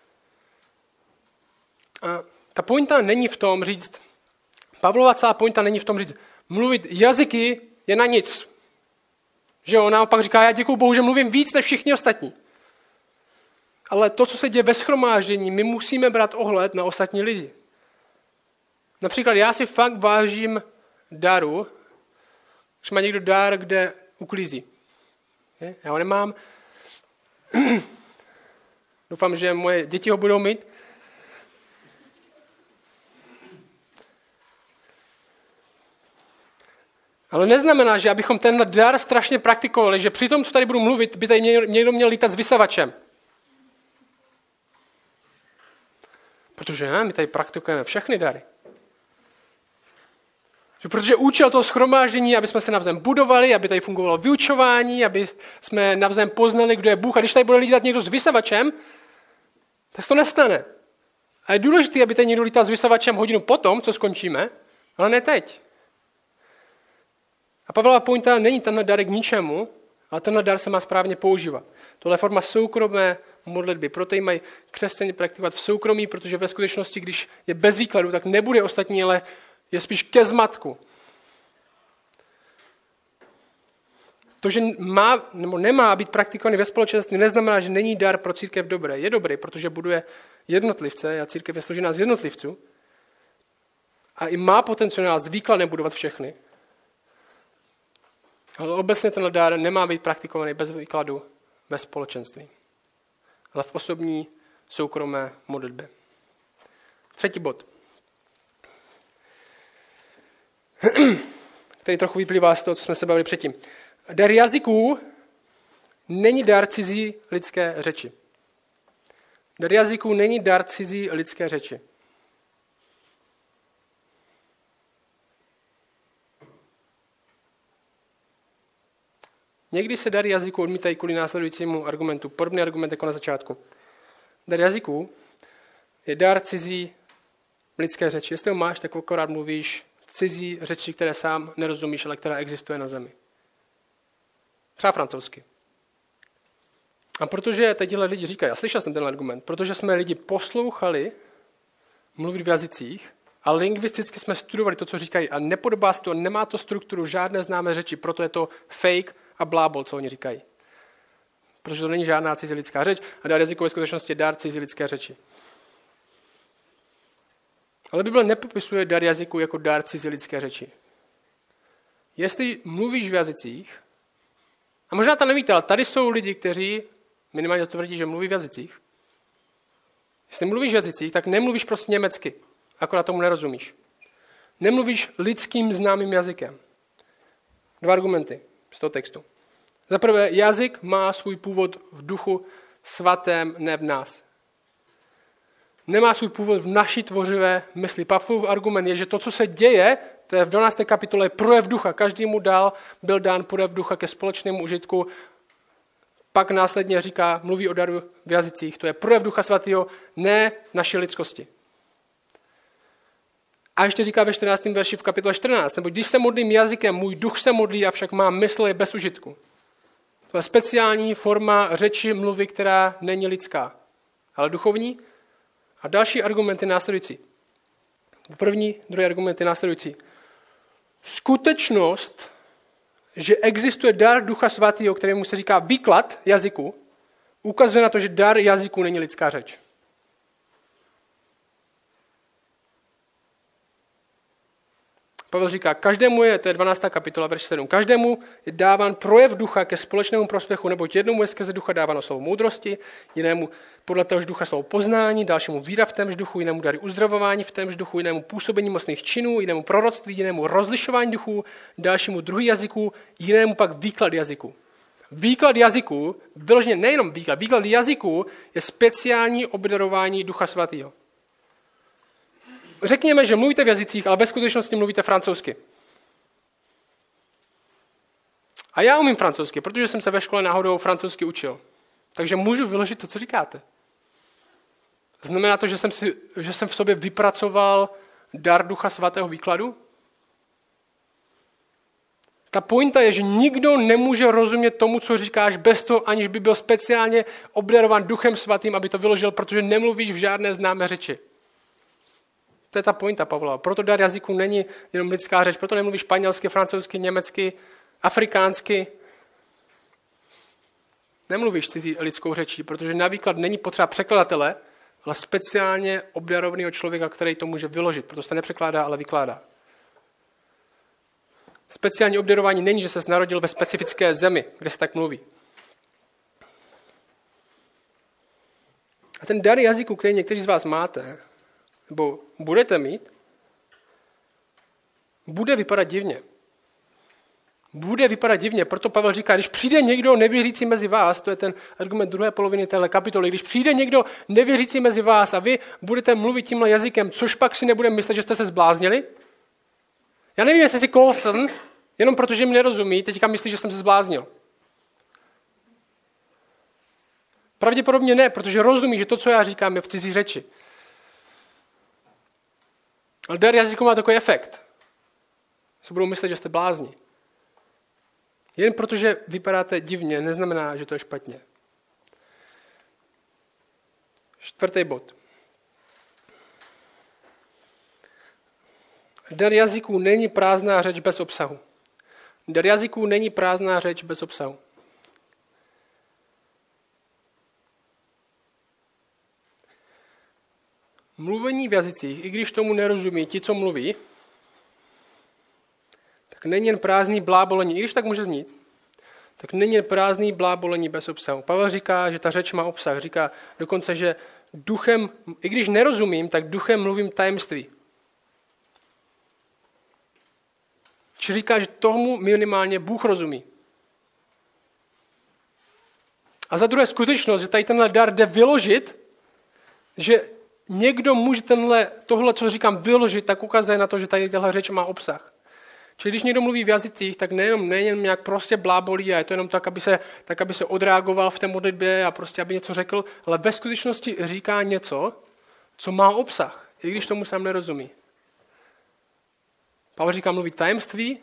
A ta pointa není v tom říct, Pavlova celá pointa není v tom říct, mluvit jazyky je na nic. Že on naopak říká, já děkuju Bohu, že mluvím víc než všichni ostatní. Ale to, co se děje ve shromáždění, my musíme brát ohled na ostatní lidi. Například já si fakt vážím daru, když má někdo dar, kde uklízí. Já ho nemám. Doufám, že moje děti ho budou mít. Ale neznamená, že abychom ten dar strašně praktikovali, že při tom, co tady budu mluvit, by tady někdo měl lítat s vysavačem. Protože my tady praktikujeme všechny dary. Protože účel toho shromáždění, aby jsme se navzájem budovali, aby tady fungovalo vyučování, aby jsme navzájem poznali, kdo je Bůh. A když tady bude lítat někdo s vysavačem, tak se to nestane. A je důležité, aby tady někdo lítal s vysavačem hodinu potom, co skončíme, ale ne teď. A Pavlova pointa není tenhle dar k ničemu, ale tenhle dar se má správně používat. Tohle je forma soukromé modlitby. Proto ji mají křesťané praktikovat v soukromí, protože ve skutečnosti, když je bez výkladu, tak nebude ostatní, ale je spíš ke zmatku. To, že má nebo nemá být praktikovaný ve společenství, neznamená, že není dar pro církev dobré. Je dobrý, protože buduje jednotlivce a církev je složená z jednotlivců. A i má potenciál s výkladem budovat všechny. Ale obecně tenhle dar nemá být praktikovaný bez výkladu ve společenství. Ale v osobní soukromé modlitbě. 3. bod. Který trochu vyplývá z toho, co jsme se bavili předtím. Dar jazyků není dar cizí lidské řeči. Dar jazyků není dar cizí lidské řeči. Někdy se dar jazyků odmítají kvůli následujícímu argumentu. Podobný argument jako na začátku. Dar jazyků je dar cizí lidské řeči. Jestli ho máš, tak akorát mluvíš cizí řeči, které sám nerozumíš, ale která existuje na zemi. Třeba francouzsky. A protože tyhle lidi říkají, a slyšel jsem ten argument, protože jsme lidi poslouchali mluvit v jazycích a lingvisticky jsme studovali to, co říkají a nepodobá se to, nemá to strukturu, žádné známé řeči, proto je to fake a blábol, co oni říkají. Protože to není žádná cizí lidská řeč a dar jazyku ve skutečnosti je dar cizí lidské řeči. Ale Bible nepopisuje dar jazyku jako dar cizí lidské řeči. Jestli mluvíš v jazycích, a možná to nevíte, ale tady jsou lidi, kteří minimálně tvrdí, že mluví v jazycích. Jestli mluvíš v jazycích, tak nemluvíš prostě německy, akorát tomu nerozumíš. Nemluvíš lidským známým jazykem. 2 argumenty z toho textu. Za prvé, jazyk má svůj původ v duchu svatém, ne v nás. Nemá svůj původ v naší tvořivé mysli. Pavlův argument je, že to, co se děje, to je v 12. kapitole projev ducha. Každému byl dán projev ducha ke společnému užitku. Pak následně říká, mluví o daru v jazycích. To je projev ducha svatého, ne naší lidskosti. A ještě říká ve 14. verši v kapitole 14, nebo když se modlím jazykem, můj duch se modlí, avšak má mysl je bez užitku. To je speciální forma řeči, mluvy, která není lidská, ale duchovní. A další argument je následující. Druhý argument je následující. Skutečnost, že existuje dar Ducha Svatého, kterému se říká výklad jazyku, ukazuje na to, že dar jazyku není lidská řeč. Pavel říká, každému je, to je 12. kapitola, verš 7, každému je dáván projev ducha ke společnému prospěchu, neboť jednomu je skrze ducha dáváno slovo moudrosti, jinému podle téhož ducha slovo poznání, dalšímu víra v témž duchu, jinému dary uzdravování v témž duchu, jinému působení mocných činů, jinému proroctví, jinému rozlišování duchů, dalšímu druhý jazyků, jinému pak výklad jazyků. Výklad jazyků, vyloženě nejenom výklad jazyků je speciální obdarování Ducha Svatého. Řekněme, že mluvíte v jazycích, ale ve skutečnosti mluvíte francouzsky. A já umím francouzsky, protože jsem se ve škole náhodou francouzsky učil. Takže můžu vyložit to, co říkáte. Znamená to, že jsem v sobě vypracoval dar Ducha Svatého výkladu? Ta pointa je, že nikdo nemůže rozumět tomu, co říkáš, bez toho, aniž by byl speciálně obdarován Duchem Svatým, aby to vyložil, protože nemluvíš v žádné známé řeči. To je ta pointa Pavlova. Proto dar jazyků není jenom lidská řeč, proto nemluvíš španělsky, francouzsky, německy, afrikánsky. Nemluvíš cizí lidskou řečí, protože na výklad není potřeba překladatele, ale speciálně obdarovaného člověka, který to může vyložit. Proto se nepřekládá, ale vykládá. Speciální obdarování není, že ses narodil ve specifické zemi, kde se tak mluví. A ten dar jazyku, který někteří z vás máte, nebo budete mít, bude vypadat divně. Bude vypadat divně, proto Pavel říká, když přijde někdo nevěřící mezi vás, to je ten argument druhé poloviny téhle kapitoly, když přijde někdo nevěřící mezi vás a vy budete mluvit tímhle jazykem, což pak si nebudeme myslet, že jste se zbláznili? Já nevím, jestli si Colson, jenom protože mi nerozumí, teďka myslí, že jsem se zbláznil. Pravděpodobně ne, protože rozumí, že to, co já říkám, je v cizí řeči. Ale dar jazyku má takový efekt. Se budou myslet, že jste blázni. Jen protože vypadáte divně, neznamená, že to je špatně. 4. bod. Dar jazyků není prázdná řeč bez obsahu. Dar jazyků není prázdná řeč bez obsahu. Mluvení v jazycích, i když tomu nerozumí ti, co mluví, tak není jen prázdný blábolení, i když tak může znít, tak není jen prázdný blábolení bez obsahu. Pavel říká, že ta řeč má obsah. Říká dokonce, že duchem, i když nerozumím, tak duchem mluvím tajemství. Či říká, že tomu minimálně Bůh rozumí. A za druhé skutečnost, že tady tenhle dar jde vyložit, že někdo může tohle, co říkám, vyložit, tak ukazuje na to, že tady tahle řeč má obsah. Čili když někdo mluví v jazycích, tak nejenom nějak prostě blábolí a je to jenom tak, aby se odreagoval v té modlitbě a prostě aby něco řekl, ale ve skutečnosti říká něco, co má obsah, i když tomu sám nerozumí. Pavel říká, mluví tajemství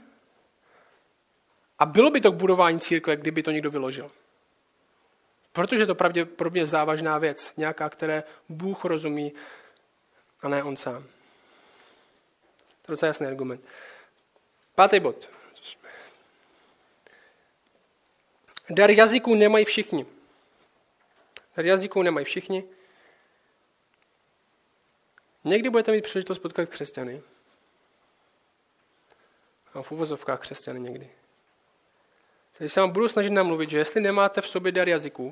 a bylo by to k budování církve, kdyby to někdo vyložil. Protože to pravděpodobně závažná věc, nějaká, které Bůh rozumí a ne on sám. To je docela jasný argument. 5. bod. Dar jazyků nemají všichni. Dar jazyků nemají všichni. Někdy budete mít příležitost potkat křesťany. A v uvozovkách křesťany někdy. Tady se vám budu snažit namluvit, že jestli nemáte v sobě dar jazyků,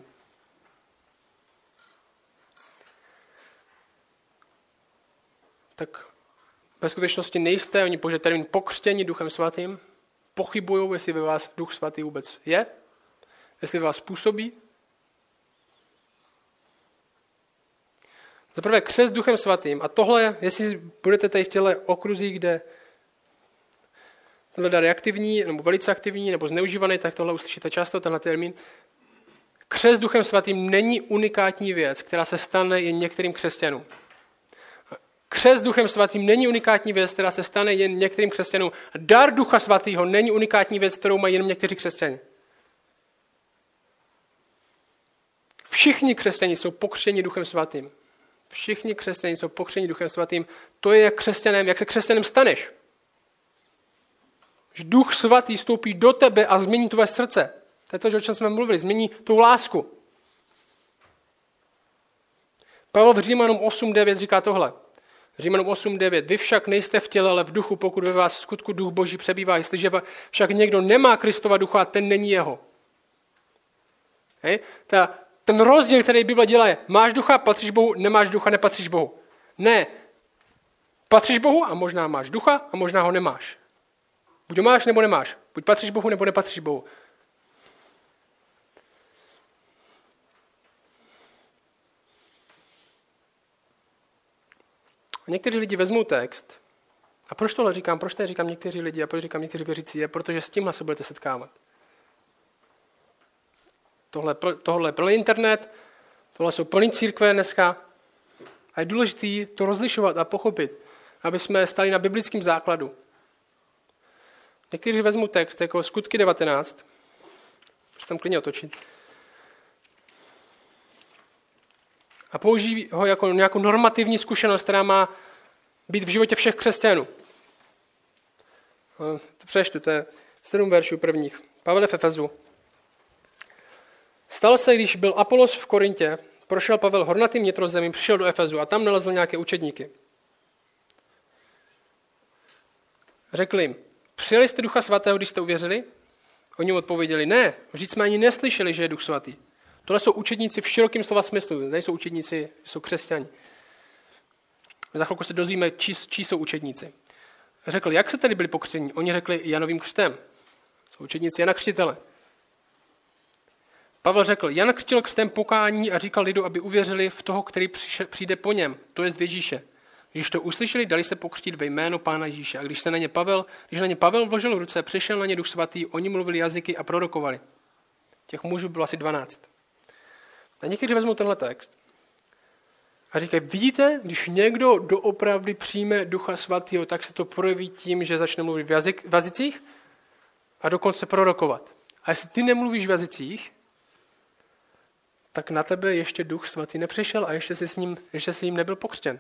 tak ve skutečnosti nejste, oni použije termín pokřtění Duchem Svatým, pochybují, jestli ve vás Duch Svatý vůbec je, jestli ve vás působí. Za prvé křest Duchem Svatým a tohle, jestli budete tady v těle okruzích, kde tenhle dar je aktivní, nebo velice aktivní, nebo zneužívaný, tak tohle uslyšíte často, tenhle termín. Křest Duchem Svatým není unikátní věc, která se stane jen některým křesťanům. Křest Duchem Svatým není unikátní věc, která se stane jen některým křesťanům. Dar Ducha Svatého není unikátní věc, kterou mají jen někteří křesťané. Všichni křesťané jsou pokřtěni Duchem Svatým. Všichni křesťané jsou pokřtěni Duchem Svatým. To je křesťanem, jak se křesťanem staneš. Že Duch Svatý stoupí do tebe a změní tvoje srdce. To je to, o čem jsme mluvili. Změní tou lásku. Pavel v Římanům 8:9 říká tohle. Římanům 8:9. Vy však nejste v těle, ale v duchu, pokud ve vás v skutku duch Boží přebývá. Jestliže však někdo nemá Kristova ducha, ten není jeho. Hej? Ten rozdíl, který Bible dělá, je, máš ducha, patříš Bohu, nemáš ducha, nepatříš Bohu. Ne, patříš Bohu a možná máš ducha a možná ho nemáš. Buď ho máš, nebo nemáš. Buď patříš Bohu, nebo nepatříš Bohu. A někteří lidi vezmou text. A proč tohle říkám? Proč tady říkám někteří lidi a proč říkám někteří věřící? Je, protože s tímhle se budete setkávat. Tohle je plný internet, tohle jsou plný církve dneska. A je důležité to rozlišovat a pochopit, aby jsme stali na biblickém základu. Někteří vezmou text jako Skutky 19. Můžu tam klidně otočit. A použijí ho jako nějakou normativní zkušenost, která má být v životě všech křesťanů. To přečtu, to je 7 veršů prvních. Pavel v Efezu. Stalo se, když byl Apolos v Korintě, prošel Pavel hornatým vnitrozemím, přišel do Efezu a tam nalezl nějaké učedníky. Řekl jim, přijali jste Ducha Svatého, když jste uvěřili? Oni mu odpověděli, ne, vždyť jsme ani neslyšeli, že je Duch Svatý. Tohle jsou učedníci v širokém slova smyslu, tady jsou učedníci, jsou křesťani. Za chvilku se dozvíme, čí jsou učedníci. Řekl, jak se tedy byli pokřtěni? Oni řekli Janovým křtem. Jsou učedníci Jana Křtitele. Pavel řekl, Jan křtil křtem pokání a říkal lidu, aby uvěřili v toho, který přijde po něm, to jest v Ježíše. Když to uslyšeli, dali se pokřtít ve jméno Pána Ježíše. A když na ně Pavel vložil ruce, přišel na ně Duch Svatý, oni mluvili jazyky a prorokovali. Těch mužů bylo asi 12. A někteří vezmou tenhle text a říkají, vidíte, když někdo doopravdy přijme Ducha Svatého, tak se to projeví tím, že začne mluvit v jazycích a dokonce prorokovat. A jestli ty nemluvíš v jazycích, tak na tebe ještě Duch Svatý nepřišel a ještě jsi jim nebyl pokřtěn.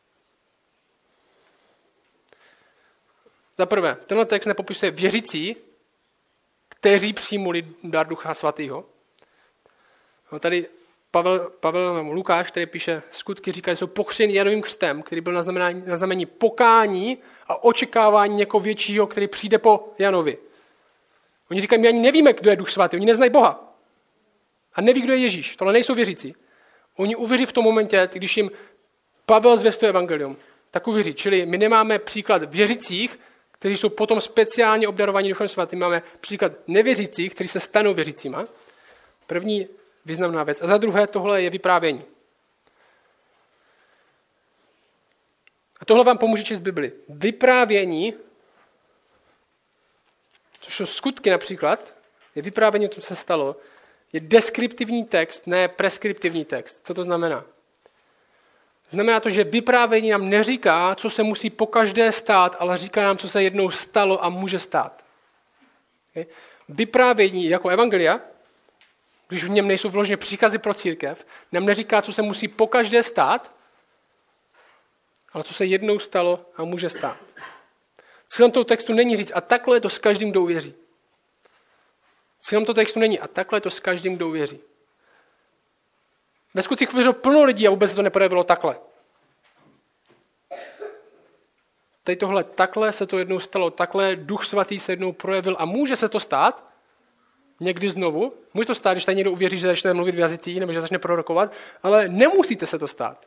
Za prvé, tenhle text nepopisuje věřící, kteří přijmuli dar Ducha Svatého. Tady Pavel Lukáš, který píše skutky, říká, že jsou pokřtěni Janovým křtem, který byl na znamení pokání a očekávání někoho většího, který přijde po Janovi. Oni říkají, my ani nevíme, kdo je Duch Svatý, oni neznají Boha. A neví, kdo je Ježíš. Tohle nejsou věřící. Oni uvěří v tom momentě, když jim Pavel zvěstuje evangelium. Tak uvěří. Čili my nemáme příklad věřících, kteří jsou potom speciálně obdarovaní Duchem Svatým. Máme příklad nevěřících, kteří se stanou věřícíma. První významná věc. A za druhé, tohle je vyprávění. A tohle vám pomůže číst Bibli. Vyprávění, což jsou skutky například, je vyprávění, co se stalo, je deskriptivní text, ne preskriptivní text. Co to znamená? Znamená to, že vyprávění nám neříká, co se musí pokaždé stát, ale říká nám, co se jednou stalo a může stát. Vyprávění jako evangelia, když v něm nejsou vloženě příkazy pro církev, nám neříká, co se musí pokaždé stát, ale co se jednou stalo a může stát. Cílem toho textu není říct, a takhle je to s každým, kdo uvěří. Cílem toho textu není, a takhle je to s každým, kdo uvěří. Ve skutcích uvěřilo plno lidí a vůbec se to neprojevilo takhle. Tady tohle takhle se to jednou stalo, takhle Duch Svatý se jednou projevil a může se to stát někdy znovu. Může to stát, když tady někdo uvěří, že začne mluvit v jazycích nebo že začne prorokovat, ale nemusíte se to stát.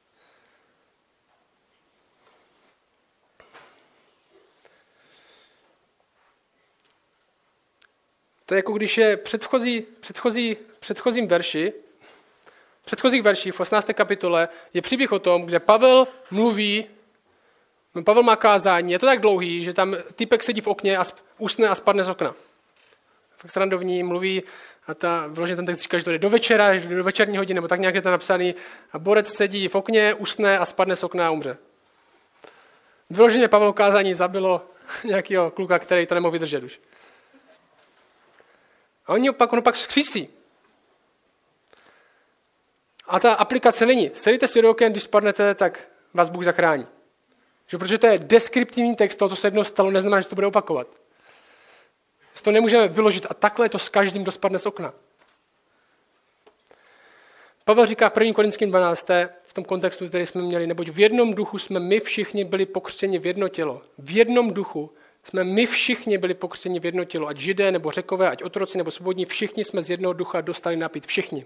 To je jako když je předchozích verších v 18. kapitole je příběh o tom, kde Pavel má kázání, je to tak dlouhý, že tam typek sedí v okně a usne a spadne z okna. Fakt srandovní, mluví a vložně ten text říká, že to jde do večera, že do večerní hodiny, nebo tak nějak je to napsaný a borec sedí v okně, usne a spadne z okna a umře. Vyloženě Pavel kázání zabilo nějakého kluka, který to nemohl vydržet už. A ono pak skřísí. A ta aplikace není. Sedíte si do oken, když spadnete, tak vás Bůh zachrání. Že protože to je deskriptivní text, toho, co se jednou stalo, neznamená, že to bude opakovat. Že to nemůžeme vyložit a takhle je to s každým, kdo spadne z okna. Pavel říká v 1. Korinským 12. v tom kontextu, který jsme měli, neboť v jednom duchu jsme my všichni byli pokřtěni v jedno tělo. V jednom duchu jsme my všichni byli pokřtěni v jedno tělo, ať Židé nebo Řekové, ať otroci nebo svobodní, všichni jsme z jednoho ducha dostali napít. Všichni.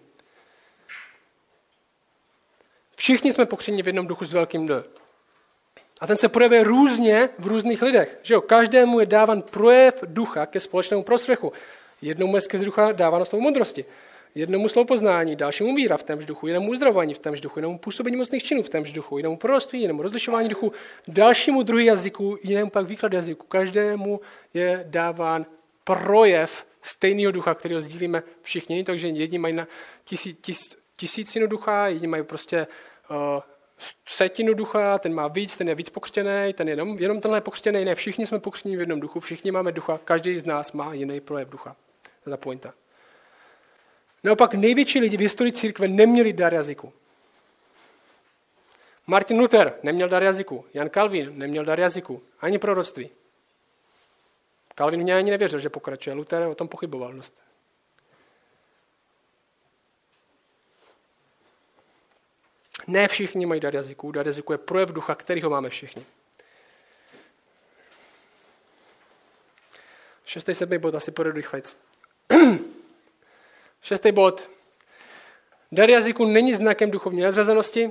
Všichni jsme pokřtěni v jednom duchu s velkým D. A ten se projevuje různě v různých lidech. Že jo? Každému je dáván projev ducha ke společnému prospěchu. Jednomu je skrze ducha dáváno slovo moudrosti. Jednomu slovo poznání, dalšímu víra v témž duchu, jinému uzdravování v témž duchu, jinému působení mocných činů v témž duchu, jinému proroctví, jinému rozlišování duchu, dalšímu druhý jazyku, jinému pak výklad jazyku. Každému je dáván projev stejného ducha, který ho sdílíme všichni. Takže jedni mají na tisícinu ducha, jedni mají prostě setinu ducha, ten má víc, ten je víc pokřtěný, ten je jenom tenhle pokřtěný, ne, všichni jsme pokřtěni v jednom duchu, všichni máme ducha, každý z nás má jiný projev ducha. To je ta pointa. Naopak největší lidi v historii církve neměli dar jazyku. Martin Luther neměl dar jazyku, Jan Calvin neměl dar jazyku, ani proroctví. Calvin v něj ani nevěřil, že pokračuje, Luther o tom pochyboval dost. Ne všichni mají dar jazyku. Dar jazyku je projev ducha, kterýho máme všichni. 6. 7. bod, asi půjdu rychlejc. 6. bod. Dar jazyku není znakem duchovní nadřazenosti.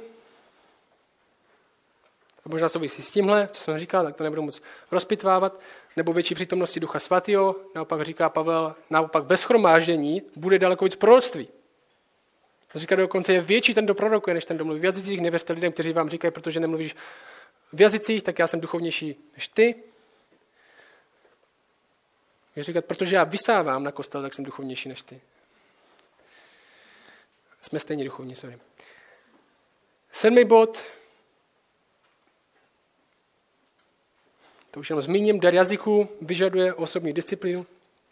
A možná souvisí s tímhle, co jsem říkal, tak to nebudu moc rozpitvávat. Nebo větší přítomnosti ducha svatého. Naopak říká Pavel, naopak ve shromáždění bude daleko víc proroctví. Říká dokonce, je větší ten, kdo prorokuje, než ten, kdo mluví v jazycích. Nevěřte lidem, kteří vám říkají, protože nemluvíš v jazycích, tak já jsem duchovnější než ty. Je říkat, protože já vysávám na kostel, tak jsem duchovnější než ty. Jsme stejně duchovní, sorry. 7. bod. To už jenom zmíním. Dar jazyku vyžaduje osobní disciplínu.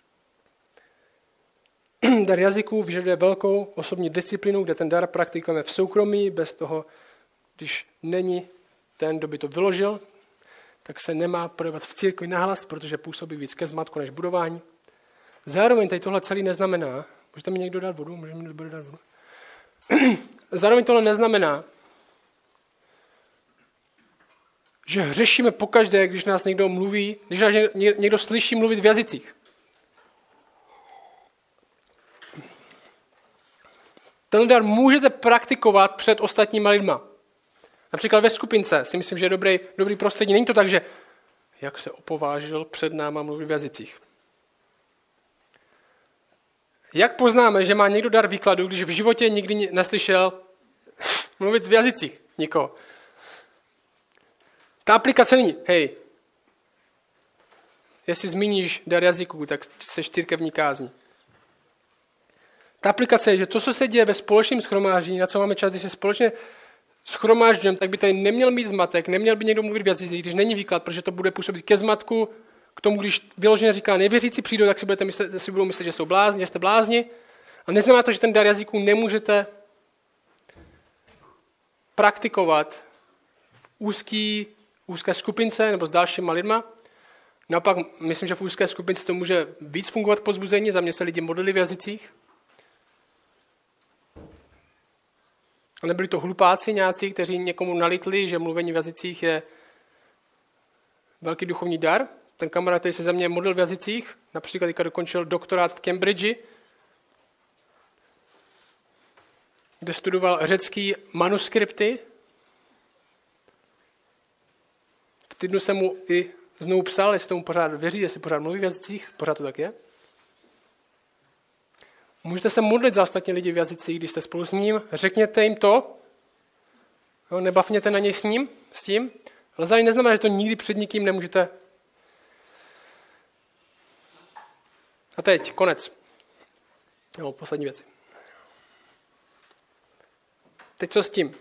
Dar jazyku vyžaduje velkou osobní disciplínu, kde ten dar praktikujeme v soukromí, bez toho, když není ten, kdo by to vyložil, tak se nemá projevovat v církvi nahlas, protože působí víc ke zmatku než budování. Zároveň tady tohle celý neznamená, můžete mi někdo dát vodu? Můžeme mi dát vodu? Zároveň tohle neznamená, že hřešíme pokaždé, když nás někdo mluví, když nás někdo slyší mluvit v jazycích. Ten dar můžete praktikovat před ostatníma lidma. Například ve skupince si myslím, že je dobrý prostředí. Není to tak, že jak se opovážil před náma mluvit v jazycích. Jak poznáme, že má někdo dar výkladu, když v životě nikdy neslyšel mluvit v jazycích nikoho? Ta aplikace není, hej, jestli zmíníš dar jazyků, tak seš církevní kázní. Ta aplikace je, že to, co se děje ve společném shromáždění, na co máme čas, když se společně shromáždíme, tak by tady neměl mít zmatek, neměl by někdo mluvit v jazycích, když není výklad, protože to bude působit ke zmatku, k tomu, když vyloženě říká nevěřící přijdou, tak si budou myslet, že jsou blázni, že jste blázni. A neznamená to, že ten dar jazyků nemůžete praktikovat v úzké skupince nebo s dalšíma lidma. Naopak, myslím, že v úzké skupince to může víc fungovat pozbuzení, za mě se lidi modlili v jazycích. A nebyli to hlupáci nějací, kteří někomu nalitli, že mluvení v jazycích je velký duchovní dar. Ten kamarád, který se za mě modlil v jazycích, například teďka dokončil doktorát v Cambridge, kde studoval řecký manuskripty. V týdnu jsem mu i znovu psal, jestli tomu pořád věří, jestli pořád mluví v jazycích, pořád to tak je. Můžete se modlit za ostatní lidi v jazycích, když jste spolu s ním, řekněte jim to, jo, nebavněte na něj s tím, ale zároveň neznamená, že to nikdy před nikým nemůžete. A teď, konec. Jo, poslední věci. Teď co s tím?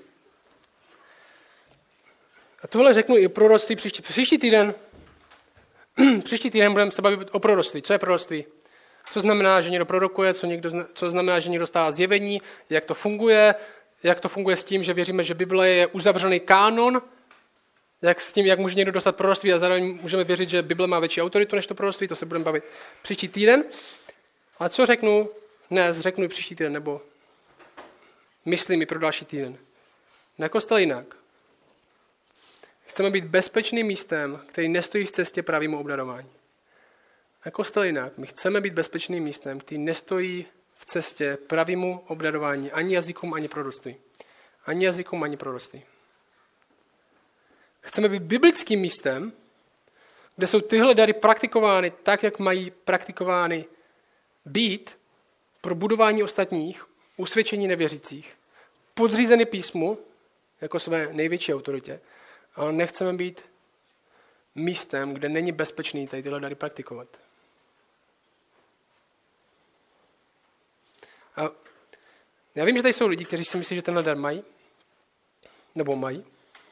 A tohle řeknu i o proroctví příští týden. Příští týden budeme se bavit o proroctví. Co je proroctví? Co znamená, že někdo prorokuje, co znamená, že někdo dostává zjevení, jak to funguje s tím, že věříme, že Bible je uzavřený kánon, jak může někdo dostat proroctví a zároveň můžeme věřit, že Bible má větší autoritu než to proroctví, to se budeme bavit příští týden. Ale co řeknu dnes, řeknu i příští týden, nebo myslím i pro další týden. Na kostel jinak. Chceme být bezpečným místem, který nestojí v cestě pravému obdarování. Na kostel jinak. My chceme být bezpečným místem, který nestojí v cestě pravému obdarování ani jazykům, ani proroctví. Ani jazykům, ani proroctví. Chceme být biblickým místem, kde jsou tyhle dary praktikovány tak, jak mají praktikovány být pro budování ostatních, usvědčení nevěřících, podřízeny písmu jako své největší autoritě, ale nechceme být místem, kde není bezpečný tady tyhle dary praktikovat. A já vím, že tady jsou lidi, kteří si myslí, že tenhle dar mají, nebo mají.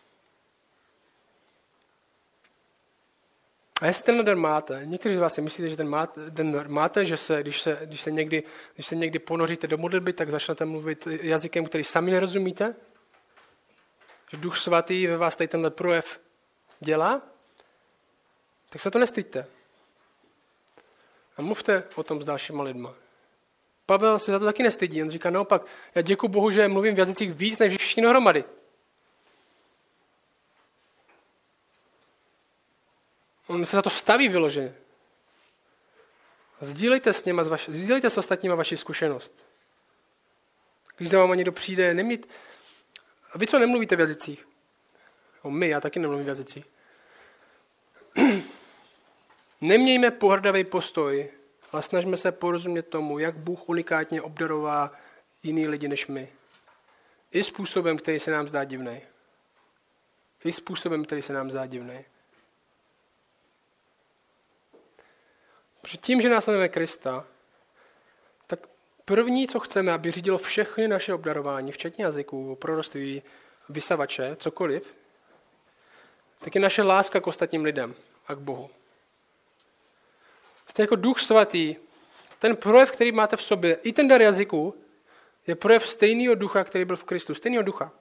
A jestli tenhle dar máte, někteří z vás si myslíte, že ten dar máte, že když se někdy ponoříte do modlitby, tak začnete mluvit jazykem, který sami nerozumíte, že Duch Svatý ve vás tady tenhle projev dělá, tak se to nestyďte. A mluvte o tom s dalšíma lidma. Pavel se za to taky nestydí, on říká naopak, já děkuji Bohu, že mluvím v jazycích víc než všichni dohromady. On se za to staví vyloženě. Sdílejte s ostatníma vaši zkušenost. Když za váma někdo přijde, nemít. A vy co nemluvíte v jazycích? Já taky nemluvím v jazycích. Nemějme pohrdavý postoj, ale snažme se porozumět tomu, jak Bůh unikátně obdarová jiný lidi než my. I způsobem, který se nám zdá divný. Protože tím, že následujeme Krista, tak první, co chceme, aby řídilo všechny naše obdarování, včetně jazyků, proroctví, vysavače, cokoliv, tak je naše láska k ostatním lidem a k Bohu. Stejně jako Duch Svatý, ten projev, který máte v sobě, i ten dar jazyků, je projev stejného ducha, který byl v Kristu, stejného ducha.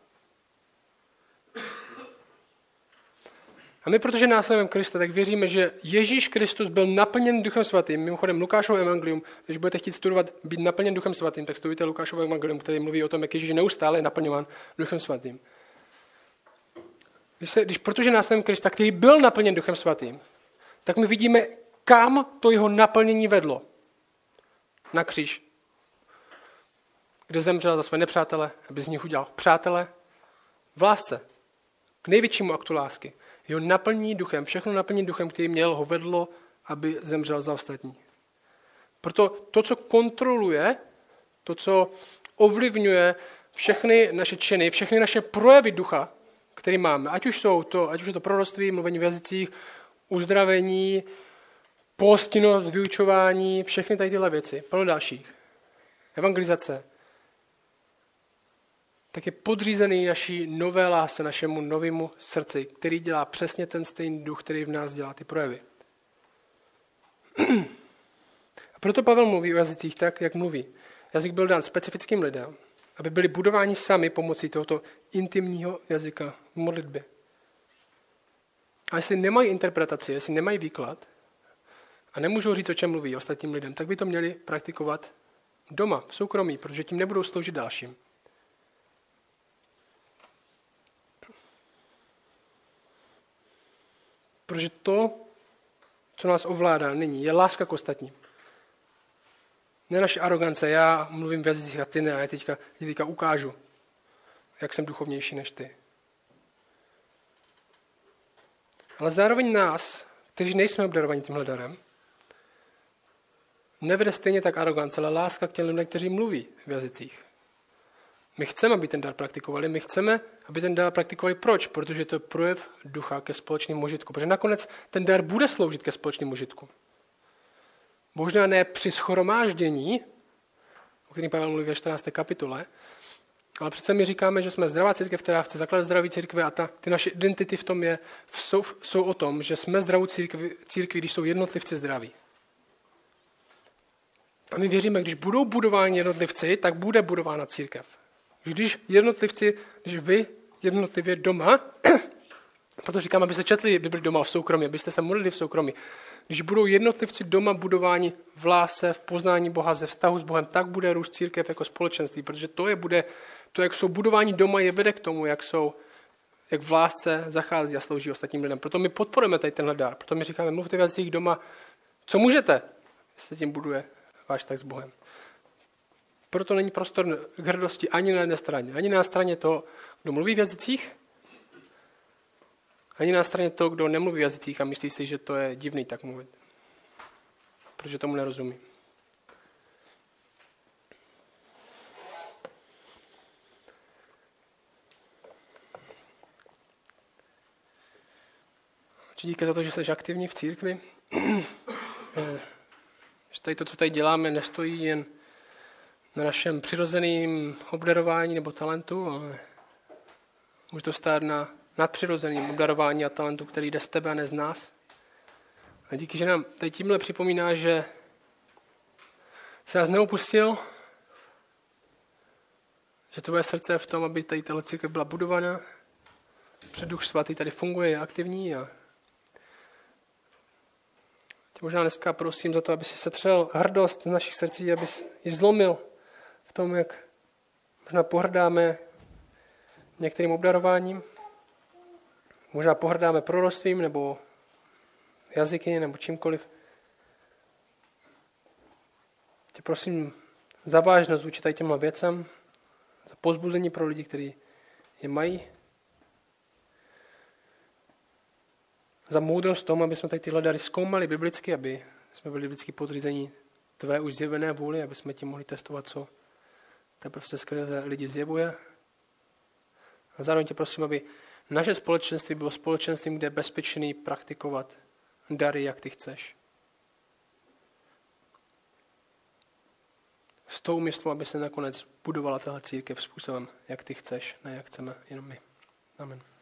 A my, protože následujeme Krista, tak věříme, že Ježíš Kristus byl naplněn Duchem Svatým. Mimochodem Lukášovo evangelium, když budete chtít studovat být naplněn Duchem Svatým, tak studujte Lukášovo evangelium, který mluví o tom, jak Ježíš neustále je naplňován Duchem Svatým. Protože následujeme Krista, který byl naplněn Duchem Svatým, tak my vidíme, kam to jeho naplnění vedlo. Na kříž, kde zemřel za své nepřátele, aby z nich udělal přátele v lásce. K největšímu aktu lásky. Jeho naplnění duchem, všechno naplnění duchem, který měl, ho vedlo, aby zemřel za ostatní. Proto to, co kontroluje, to, co ovlivňuje všechny naše činy, všechny naše projevy ducha, které máme, ať už je to proroctví, mluvení v jazycích, uzdravení, pohostinnost, vyučování, všechny tady tyhle věci, plno dalších, evangelizace, tak je podřízený naší nové lásce, našemu novému srdci, který dělá přesně ten stejný duch, který v nás dělá ty projevy. A proto Pavel mluví o jazycích tak, jak mluví. Jazyk byl dán specifickým lidem, aby byli budováni sami pomocí tohoto intimního jazyka v modlitbě. A jestli nemají interpretaci, jestli nemají výklad a nemůžou říct, o čem mluví ostatním lidem, tak by to měli praktikovat doma, v soukromí, protože tím nebudou sloužit dalším. Protože to, co nás ovládá nyní, je láska k ostatním. Ne naše arogance, já mluvím v jazycích a ty ne, a já teďka ukážu, jak jsem duchovnější než ty. Ale zároveň nás, kteří nejsme obdarovaní tímhle darem, nevede stejně tak arogance, ale láska k těm lidem, kteří mluví v jazycích. My chceme, aby ten dar praktikovali, my chceme, aby ten dar praktikovali. Proč? Protože to je projev ducha ke společnému užitku. Protože nakonec ten dar bude sloužit ke společnému užitku. Možná ne při shromáždění, o kterém Pavel mluví ve 14. kapitole, ale přece my říkáme, že jsme zdravá církev, která chce zakládat zdraví církve a ty naše identity v tom jsou o tom, že jsme zdravou církví, když jsou jednotlivci zdraví. A my věříme, když budou budováni jednotlivci, tak bude budována církev. Když vy jednotlivě doma Proto říkám, aby se četli Bibli doma v soukromí, abyste se modlili v soukromí. Když budou jednotlivci doma budováni v lásce, v poznání Boha, ze vztahu s Bohem, tak bude růst církev jako společenství, protože to, jak jsou budování doma, je vede k tomu, jak v lásce zachází a slouží ostatním lidem. Proto my podporujeme tady tenhle dar. Proto my říkáme, mluvte v jazycích doma, co můžete, jestli tím buduje váš vztah s Bohem. Proto není prostor k hrdosti ani na jedné straně. Ani na straně toho, kdo mluví v jazycích, ani na straně toho, kdo nemluví v jazycích a myslí si, že to je divný tak mluvit. Protože tomu nerozumí. Díky za to, že jsi aktivní v církvi. Že tady to, co tady děláme, nestojí jen na našem přirozeném obdarování nebo talentu, ale může to stát na nadpřirozeném obdarování a talentu, který jde z tebe a ne z nás. A díky, že nám tady tímhle připomíná, že se nás neopustil, že tvoje srdce je v tom, aby tady tato církev byla budovaná, že Duch Svatý tady funguje, je aktivní a tě možná dneska prosím za to, aby si setřel hrdost z našich srdcí, aby ji zlomil v tom, jak možná pohrdáme některým obdarováním, možná pohrdáme proroctvím nebo jazyky nebo čímkoliv. Tě prosím za vážnost vůči tady těmhle věcem, za povzbuzení pro lidi, kteří je mají, za moudrost tomu, aby jsme tady tyhle dary zkoumali biblicky, aby jsme byli vždycky podřízení tvé už zjevené vůli, aby jsme tím mohli testovat, co teprve se skrze lidi zjevuje. A zároveň tě prosím, aby naše společenství bylo společenstvím, kde je bezpečný praktikovat dary, jak ty chceš. S tou úmyslou, aby se nakonec budovala tahle církev způsobem, jak ty chceš, ne jak chceme jenom my. Amen.